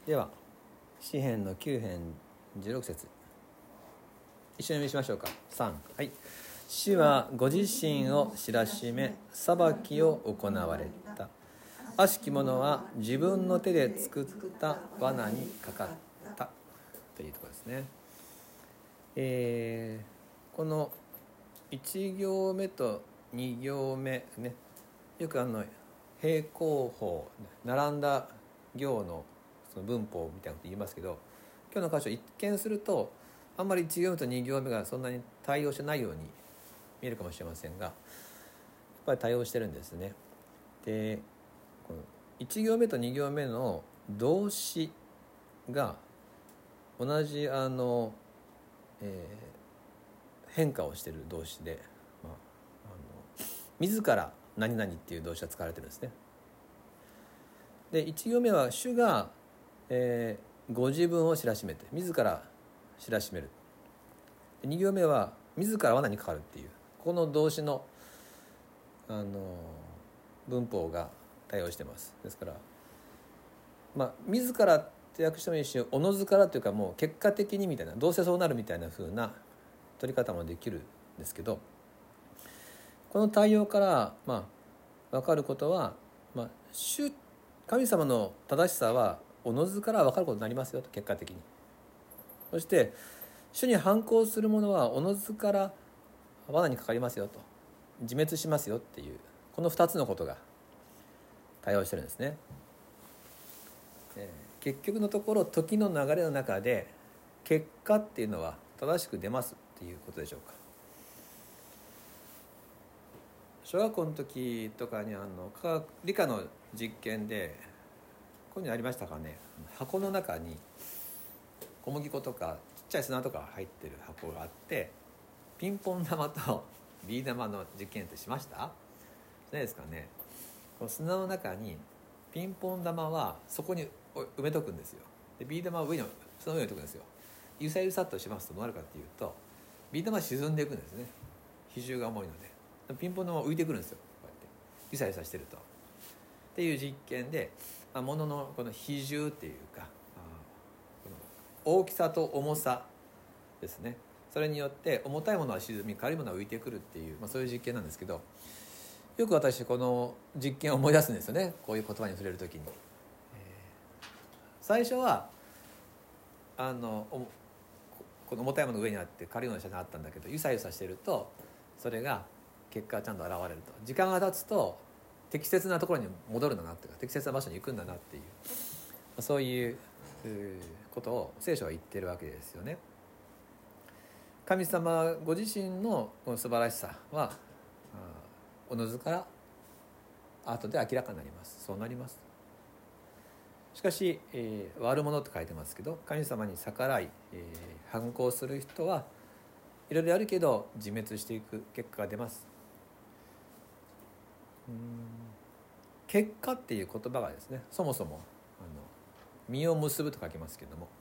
では詩編の9編16節、一緒に読みしましょうか。3、はい。主はご自身を知らしめ、裁きを行われた。悪しき者は自分の手で作った罠にかかったというところですね。この1行目と2行目ね、よく平行法、並んだ行のその文法みたいなこと言いますけど、今日の箇所一見するとあんまり1行目と2行目がそんなに対応してないように見えるかもしれませんが、やっぱり対応してるんですね。で、この1行目と2行目の動詞が同じ変化をしている動詞で、自ら何々っていう動詞が使われてるんですね。で、1行目は主が、ご自分を知らしめて、自ら知らしめる。2行目は自ら罠にかかるっていう、この動詞の、文法が対応してます。ですから、自らって訳してもいいし、おのずからというか、もう結果的にみたいな、どうせそうなるみたいな風な取り方もできるんですけど、この対応から分かることは、神様の正しさはおのずから分かることになりますよと、結果的に。そして主に反抗する者はおのずから罠にかかりますよと、自滅しますよっていう、この2つのことが対応してるんですね。結局のところ、時の流れの中で結果っていうのは正しく出ますっていうことでしょうか。小学校の時とかに理科の実験でこういうのありましたかね。箱の中に小麦粉とかちっちゃい砂とか入ってる箱があって、ピンポン玉とビー玉の実験ってしました？ないですかね。この砂の中にピンポン玉はそこに埋めとくんですよ。でビー玉は上にその上に置いとくんですよ。ゆさゆさっとしますとどうなるかっていうと、ビー玉は沈んでいくんですね。比重が重いのでピンポン玉は浮いてくるんですよ。こうやってゆさゆさしてるとっていう実験で、物のこの比重っていうか、大きさと重さですね、それによって重たいものは沈み、軽いものは浮いてくるっていう、そういう実験なんですけど、よく私この実験を思い出すんですよね、こういう言葉に触れるときに。最初はこの重たいものの上にあって軽いものの下にあったんだけど、ゆさゆさしてるとそれが結果ちゃんと現れると、時間が経つと適切なところに戻るんだなっていうか、適切な場所に行くんだなっていう、そういうことを聖書は言ってるわけですよね。神様ご自身のこの素晴らしさはおのずから後で明らかになります。そうなります。しかし、悪者と書いてますけど、神様に逆らい、反抗する人はいろいろあるけど自滅していく結果が出ます。結果っていう言葉がですね、そもそも実を結ぶと書きますけれども、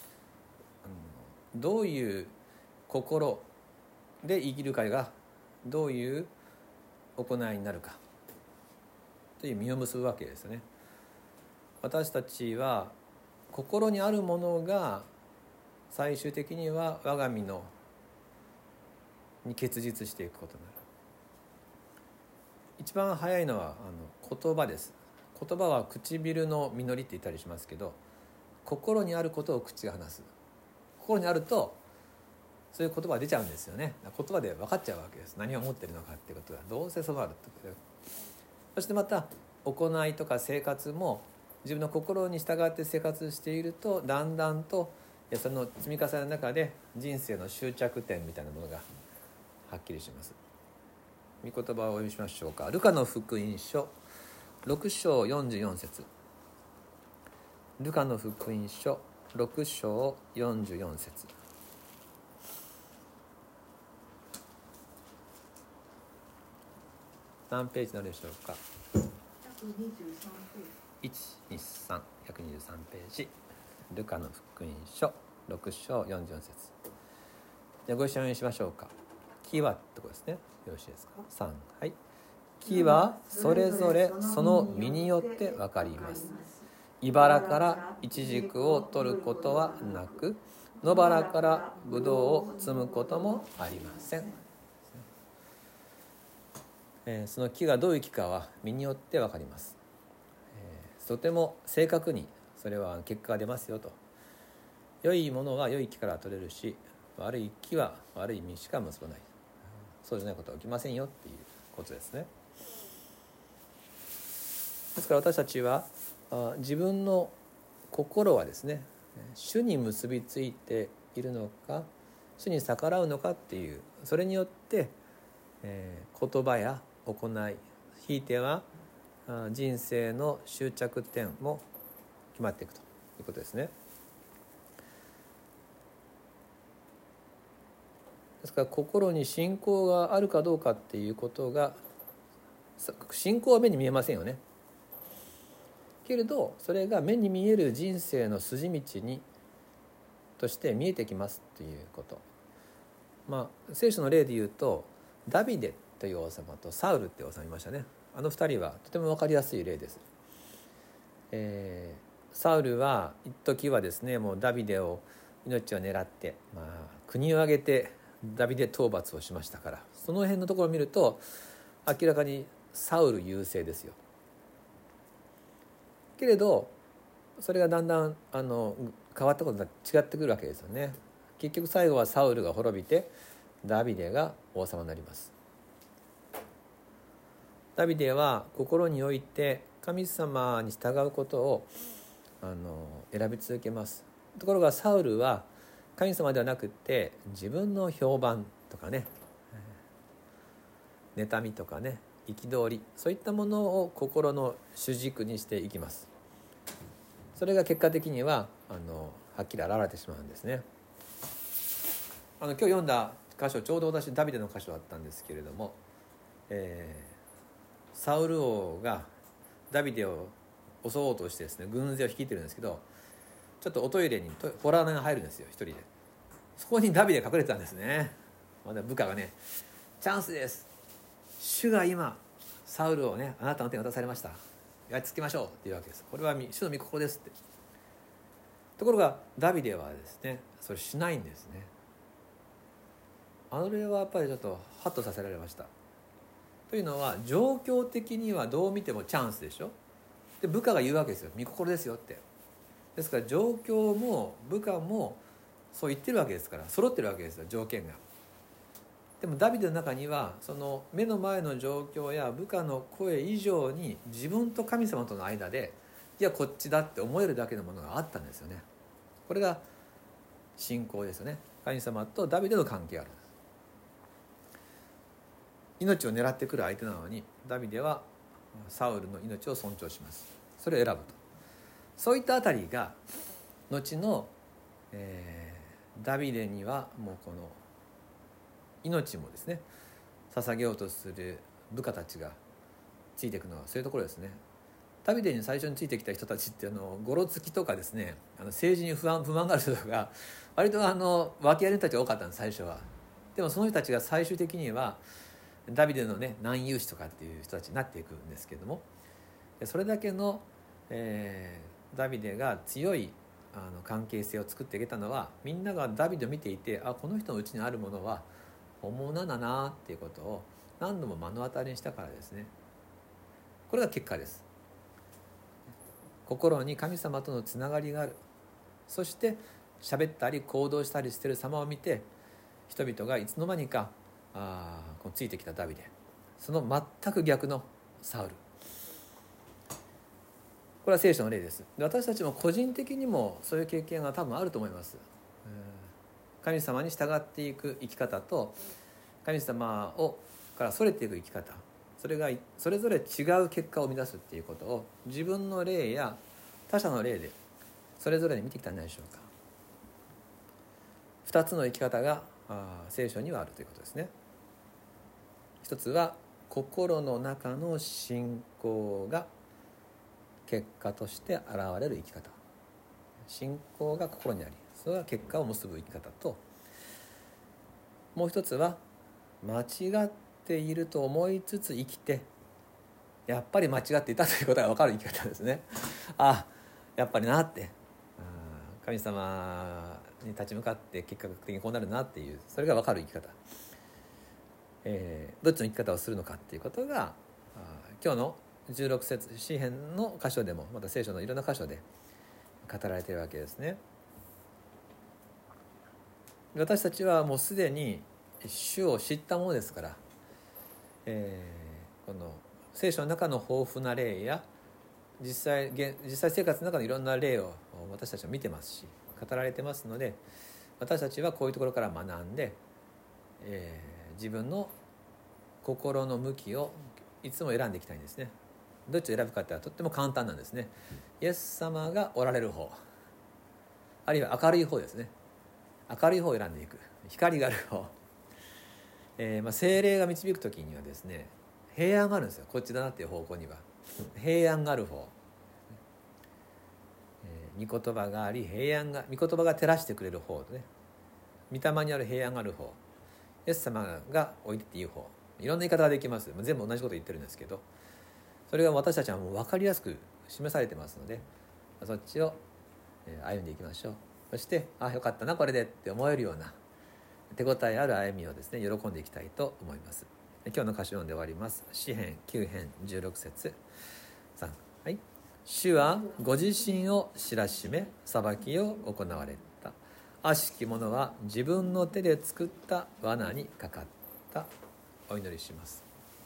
どういう心で生きるかがどういう行いになるかという実を結ぶわけですね。私たちは心にあるものが最終的には我が身に結実していくことになる。一番早いのは言葉です。言葉は唇の実りって言ったりしますけど、心にあることを口が話す。心にあるとそういう言葉が出ちゃうんですよね。言葉で分かっちゃうわけです。何を思ってるのかっていうことがどうせそうなるってことで、そしてまた行いとか生活も自分の心に従って生活していると、だんだんとその積み重ねの中で人生の終着点みたいなものがはっきりします。御言葉をお読みしましょうか。ルカの福音書6章44節。ルカの福音書6章44節。何ページなのでしょうか。123、123ページ、ルカの福音書6章44節。じゃあご一緒にしましょうか。木はってことですね。よろしいですか。3、はい。木はそれぞれその実によって分かります。 茨からイチジクを取ることはなく、野原からブドウを摘むこともありません。その木がどういう木かは実によって分かります。とても正確にそれは結果が出ますよと。良いものは良い木から取れるし、悪い木は悪い実しか結ばない。そうじゃないことは起きませんよっていうことですね。ですから私たちは自分の心はですね、主に結びついているのか、主に逆らうのかっていう、それによって、言葉や行い、ひいては人生の終着点も決まっていくということですね。ですから心に信仰があるかどうかっていうことが、信仰は目に見えませんよね。けれどそれが目に見える人生の筋道にとして見えてきますということ。聖書の例で言うと、ダビデという王様とサウルっていう王様いましたね。あの二人はとても分かりやすい例です。サウルは一時はですね、もうダビデを命を狙って、国を挙げてダビデ討伐をしましたから、その辺のところを見ると明らかにサウル優勢ですよ。けれどそれがだんだん変わったことが違ってくるわけですよね。結局最後はサウルが滅びてダビデが王様になります。ダビデは心において神様に従うことを選び続けます。ところがサウルは神様ではなくて自分の評判とかね、妬みとかね、憤り、そういったものを心の主軸にしていきます。それが結果的にははっきり現れてしまうんですね。今日読んだ箇所、ちょうど私ダビデの箇所だったんですけれども、サウル王がダビデを襲おうとしてですね、軍勢を率いてるんですけど、ちょっとおトイレにフォラーが入るんですよ、一人で。そこにダビデが隠れてたんですね。まだ部下がね、チャンスです、主が今サウルをね、あなたの手に渡されました、やっつけましょうっていうわけです。これは主の御心ですって。ところがダビデはですね、それしないんですね。あれはやっぱりちょっとハッとさせられました。というのは、状況的にはどう見てもチャンスでしょ。で部下が言うわけですよ、御心ですよって。ですから状況も部下もそう言ってるわけですから、揃ってるわけですよ、条件が。でもダビデの中にはその目の前の状況や部下の声以上に自分と神様との間で、いやこっちだって思えるだけのものがあったんですよね。これが信仰ですよね。神様とダビデの関係があるんです。命を狙ってくる相手なのにダビデはサウルの命を尊重します。それを選ぶと。そういったあたりが後の、ダビデにはもうこの命もですね捧げようとする部下たちがついていくのはそういうところですね。ダビデに最初についてきた人たちってゴロつきとかですね、政治に不満がある人とか割と訳ありの人たちが多かったんです、最初は。でもその人たちが最終的にはダビデのね男有志とかっていう人たちになっていくんですけども、それだけの、ダビデが強い関係性を作っていけたのは、みんながダビデを見ていて、この人のうちにあるものは本物なんだなっていうことを何度も目の当たりにしたからですね。これが結果です。心に神様とのつながりがある、そして喋ったり行動したりしている様を見て、人々がいつの間にかついてきたダビデ、その全く逆のサウル。これは聖書の例です。で、私たちも個人的にもそういう経験が多分あると思います。神様に従っていく生き方と神様からそれていく生き方、それがそれぞれ違う結果を生み出すっていうことを自分の例や他者の例でそれぞれに見てきたんじゃないでしょうか。2つの生き方が聖書にはあるということですね。一つは心の中の信仰が結果として現れる生き方、信仰が心にありそれが結果を結ぶ生き方と、もう一つは間違っていると思いつつ生きてやっぱり間違っていたということが分かる生き方ですね。 やっぱりなって、神様に立ち向かって結果的にこうなるなっていう、それが分かる生き方、どっちの生き方をするのかっていうことが今日の16節詩編の箇所でもまた聖書のいろんな箇所で語られているわけですね。私たちはもうすでに主を知ったものですから、この聖書の中の豊富な例や実際生活の中のいろんな例を私たちは見てますし語られてますので、私たちはこういうところから学んで、自分の心の向きをいつも選んでいきたいんですね。どっちを選ぶかってのはとっても簡単なんですね。イエス様がおられる方、あるいは明るい方ですね。明るい方を選んでいく、光がある方、聖霊が導く時にはですね、平安があるんですよ。こっちだなっていう方向には平安がある方、御言葉があり平安が、御言葉が照らしてくれる方ね、御霊にある平安がある方、イエス様が置いてっていい方、いろんな言い方ができます。全部同じこと言ってるんですけど、それが私たちはもう分かりやすく示されてますので、そっちを歩んでいきましょう。そしてよかったなこれでって思えるような手応えある歩みをですね、喜んでいきたいと思います。今日の歌詞読んで終わります。詩編9編16節3、はい。主はご自身を知らしめ裁きを行われた。悪しき者は自分の手で作った罠にかかった。お祈りします。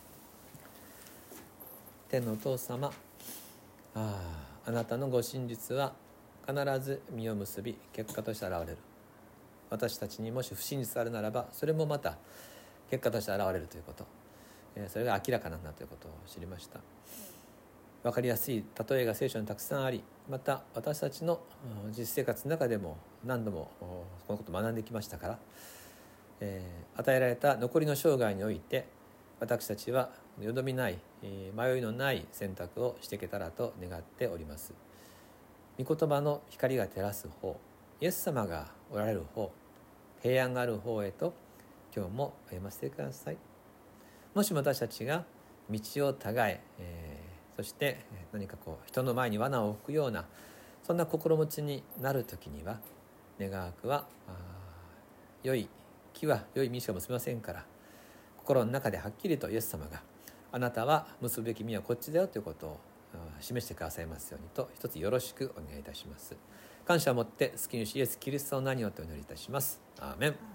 天のお父様、あなたのご真実は必ず実を結び結果として現れる。私たちにもし不真実あるならば、それもまた結果として現れるということ、それが明らかなんだということを知りました。分かりやすい例えが聖書にたくさんあり、また私たちの実生活の中でも何度もこのことを学んできましたから、与えられた残りの生涯において私たちはよどみない、迷いのない選択をしていけたらと願っております。御言葉の光が照らす方、イエス様がおられる方、平安がある方へと今日も歩ませてください。もし私たちが道をたがえ、そして何か人の前に罠を置くようなそんな心持ちになるときには、願わくは良い木は良い実しか結びませんから、心の中ではっきりとイエス様があなたは結ぶべき実はこっちだよということを示してくださいますようにと一つよろしくお願いいたします。感謝をもって救い主イエスキリストの名によってお祈りいたします。アーメン。